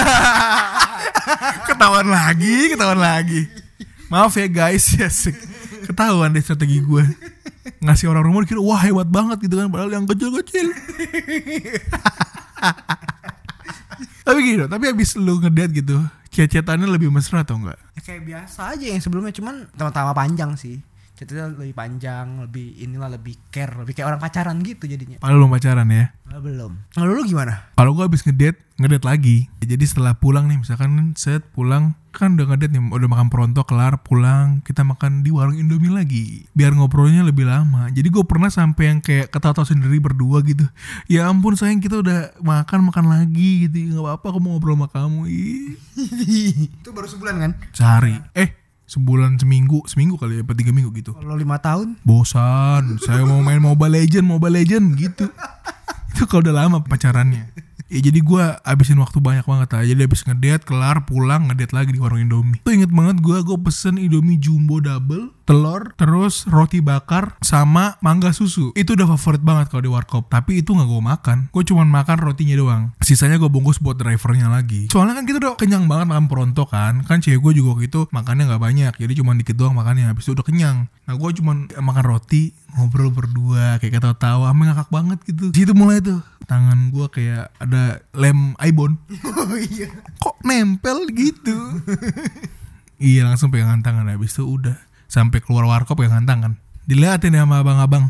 Ketahuan lagi, ketahuan lagi. Maaf ya guys, ya sih. Ketahuan deh strategi gue. Ngasih orang rumah dikira wah hebat banget gitu kan, padahal yang kecil-kecil. Tapi gitu, tapi abis lu ngedate gitu, chat-chatannya lebih mesra atau enggak? Ya kayak biasa aja yang sebelumnya, cuman sama-sama panjang sih. Chatnya lebih panjang, lebih inilah, lebih care, lebih kayak orang pacaran gitu jadinya. Padahal belum pacaran ya? Nah, belum. Kalau lu gimana? Kalau gue abis ngedate, ngedate lagi. Jadi setelah pulang nih, misalkan set pulang, kan udah ngedate nih, udah makan pronto, kelar, pulang, kita makan di warung Indomie lagi. Biar ngobrolnya lebih lama. Jadi gue pernah sampai yang kayak ketawa-tawa sendiri berdua gitu. Ya ampun sayang, kita udah makan-makan lagi gitu. Gak apa-apa, aku mau ngobrol sama kamu. Ih. Itu baru sebulan kan? Sehari. Eh, sebulan seminggu, seminggu kali ya, apa tiga minggu gitu. Kalau lima tahun? Bosan, saya mau main Mobile Legend, Mobile Legend gitu. Itu kalau udah lama pacarannya. Ya jadi gue abisin waktu banyak banget lah. Jadi abis ngedate, kelar, pulang, ngedate lagi di warung Indomie. Tuh inget banget gue, gue pesen Indomie jumbo double, telur, terus roti bakar, sama mangga susu. Itu udah favorit banget kalau di warkop. Tapi itu gak gue makan. Gue cuma makan rotinya doang. Sisanya gue bungkus buat drivernya lagi. Soalnya kan kita udah kenyang banget makan pronto kan. Kan cewek gue juga waktu itu makannya gak banyak. Jadi cuma dikit doang makannya. Habis itu udah kenyang. Nah gue cuma makan roti, ngobrol berdua, kayak ketawa-tawa, ame ngakak banget gitu. Situ mulai tuh tangan gue kayak ada lem ibon. Oh iya. Kok nempel gitu. Iya langsung pegangan tangan. Habis itu udah sampai keluar warkop pegangan tangan. Diliatin ya sama abang-abang.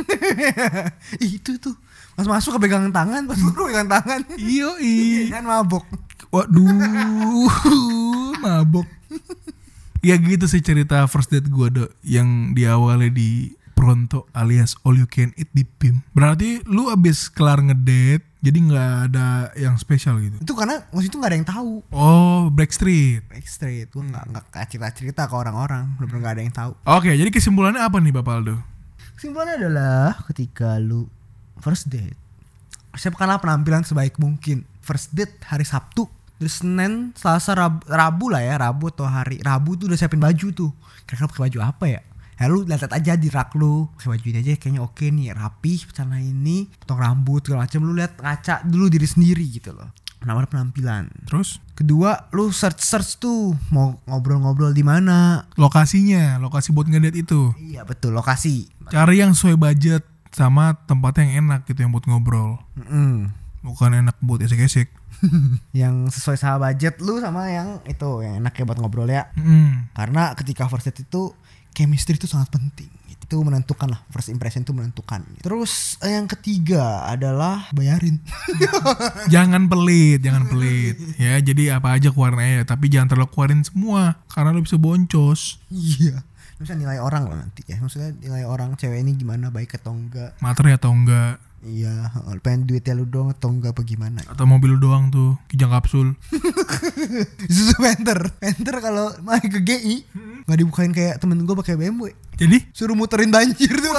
Itu tuh pas masuk ke pegangan tangan, pas keluar pegangan tangan. Iyo i. Kan mabok. Waduh, mabok. Ya gitu sih cerita first date gue do, yang diawali di pronto alias all you can eat di P I M. Berarti lu abis kelar ngedate, jadi nggak ada yang spesial gitu? Itu karena waktu itu nggak ada yang tahu. Oh, Backstreet. Backstreet, gue nggak nggak cerita cerita ke orang-orang, benar-benar nggak ada yang tahu. Oke, jadi kesimpulannya apa nih Bapak Aldo? Kesimpulannya adalah ketika lu first date, siapkanlah penampilan sebaik mungkin. First date hari Sabtu, dari Senin, Selasa, Rabu, Rabu lah ya, Rabu atau hari Rabu tuh udah siapin baju tuh. Kira-kira pakai baju apa ya? Ya lu lihat aja di rak lu, pakai baju ini aja kayaknya oke nih, rapi, celana ini, potong rambut segala macam. Lu lihat kaca dulu diri sendiri gitu loh. Namanya penampilan. Terus? Kedua, lu search-search tuh mau ngobrol-ngobrol di mana. Lokasinya, lokasi buat ngedate itu. Iya betul, lokasi. Cari yang sesuai budget sama tempatnya yang enak gitu yang buat ngobrol. Mm-mm. Bukan enak buat esek-esek. Yang sesuai sama budget lu sama yang itu yang enak ya buat ngobrol ya. Mm. Karena ketika first date itu chemistry itu sangat penting. Itu menentukan lah, first impression itu menentukan. Terus yang ketiga adalah bayarin. Jangan pelit, jangan pelit. Ya, jadi apa aja keluarin aja, tapi jangan terlalu keluarin semua karena lu bisa boncos. Iya. Bisa nilai orang lah nanti ya. Maksudnya nilai orang cewek ini gimana, baik atau enggak. Materi atau enggak. Iya, pengen duitnya lu doang atau enggak apa gimana. Atau mobil lu doang tuh, kijang kapsul. Susu Panther. Panther kalau main ke G I nggak dibukain kayak temen gue pakai B M W. Jadi? Suruh muterin banjir tuh.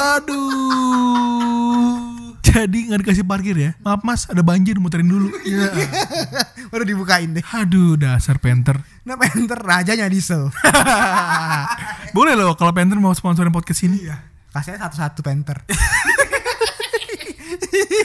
Waduh. Jadi nggak dikasih parkir ya? Maaf mas, ada banjir, muterin dulu. Iya. Baru dibukain deh. Aduh, dasar Panther. Nah Panther rajanya diesel. Boleh loh kalau Panther mau sponsorin podcast ini. Iya. Kasihnya satu-satu Panther.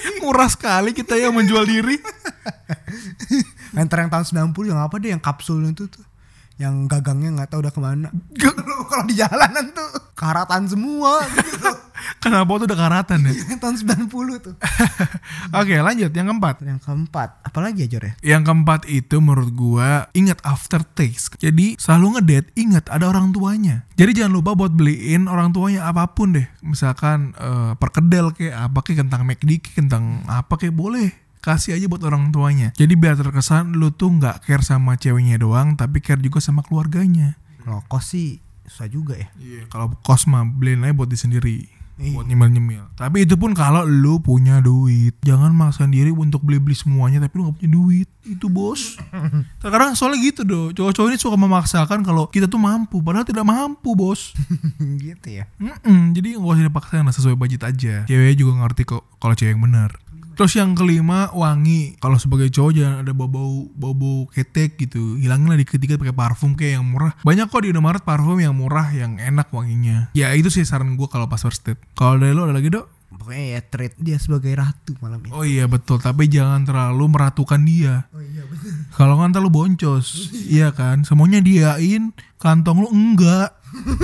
Murah sekali kita ya menjual diri. Enter yang tahun sembilan puluh yang apa deh, yang kapsul itu tuh, yang gagangnya nggak tahu udah kemana. Kalau di jalanan tuh karatan semua gitu. Kenapa tuh udah karatan ya? Yang tahun sembilan puluh tuh. Oke, lanjut yang keempat. Yang keempat, apalagi ya Jor ya? Yang keempat itu menurut gua ingat aftertaste. Jadi selalu ngedate ingat ada orang tuanya. Jadi jangan lupa buat beliin orang tuanya apapun deh. Misalkan uh, perkedel kayak apa kayak kentang McD, kayak kentang apa kayak boleh. Kasih aja buat orang tuanya. Jadi biar terkesan lu tuh nggak care sama ceweknya doang, tapi care juga sama keluarganya. Kalau kos sih susah juga ya. Iya. Kalau kos mah beliin aja buat dia sendiri. Iya. Buat nyemil-nyemil. Tapi itu pun kalau lu punya duit. Jangan maksain diri untuk beli-beli semuanya tapi lu gak punya duit. Itu bos. Terkadang soalnya gitu doh. Cowok-cowok ini suka memaksakan kalau kita tuh mampu. Padahal tidak mampu bos. Gitu ya. Mm-mm, jadi gak usah dipaksain lah, sesuai budget aja. Cewek juga ngerti kok kalau cewek yang benar. Terus yang kelima, wangi. Kalau sebagai cowok jangan ada bau-bau bau-bau ketek gitu. Hilangin lah dikit-dikit pakai parfum kayak yang murah. Banyak kok di Indomaret parfum yang murah yang enak wanginya. Ya itu sih saran gue kalau pas first date. Kalau dari lo ada lagi dok? Pokoknya ya treat dia sebagai ratu malam ini. Oh iya betul, tapi jangan terlalu meratukan dia. Oh iya betul. Kalau kan terlalu boncos. Iya kan, semuanya diain, kantong lu enggak.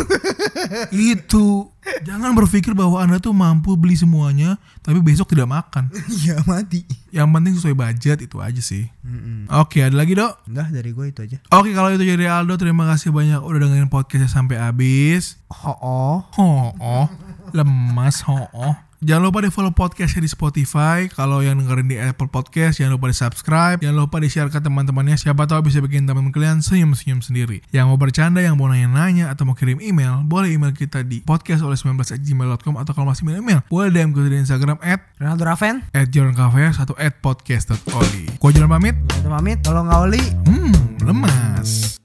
Itu. Jangan berpikir bahwa Anda tuh mampu beli semuanya tapi besok tidak makan. Iya mati. Yang penting sesuai budget, itu aja sih. Mm-mm. Oke, ada lagi dok? Enggak, dari gue itu aja. Oke, kalau itu jadi Aldo, terima kasih banyak udah dengerin podcastnya sampai habis. Ho-oh. Ho-oh, lemas ho-oh. Jangan lupa di follow podcastnya di Spotify. Kalau yang dengerin di Apple Podcast, jangan lupa di subscribe. Jangan lupa di share ke teman-temannya. Siapa tahu bisa bikin teman kalian senyum-senyum sendiri. Yang mau bercanda, yang mau nanya-nanya, atau mau kirim email, boleh email kita di podcast oleh sembilan belas at gmail dot com. Atau kalau masih email, boleh D M kita di Instagram at Ronaldo Raven. at Jordan Cafe atau at podcast dot oli. Gua Jordan pamit. Kita pamit. Tolong Oli. Hmm, lemas.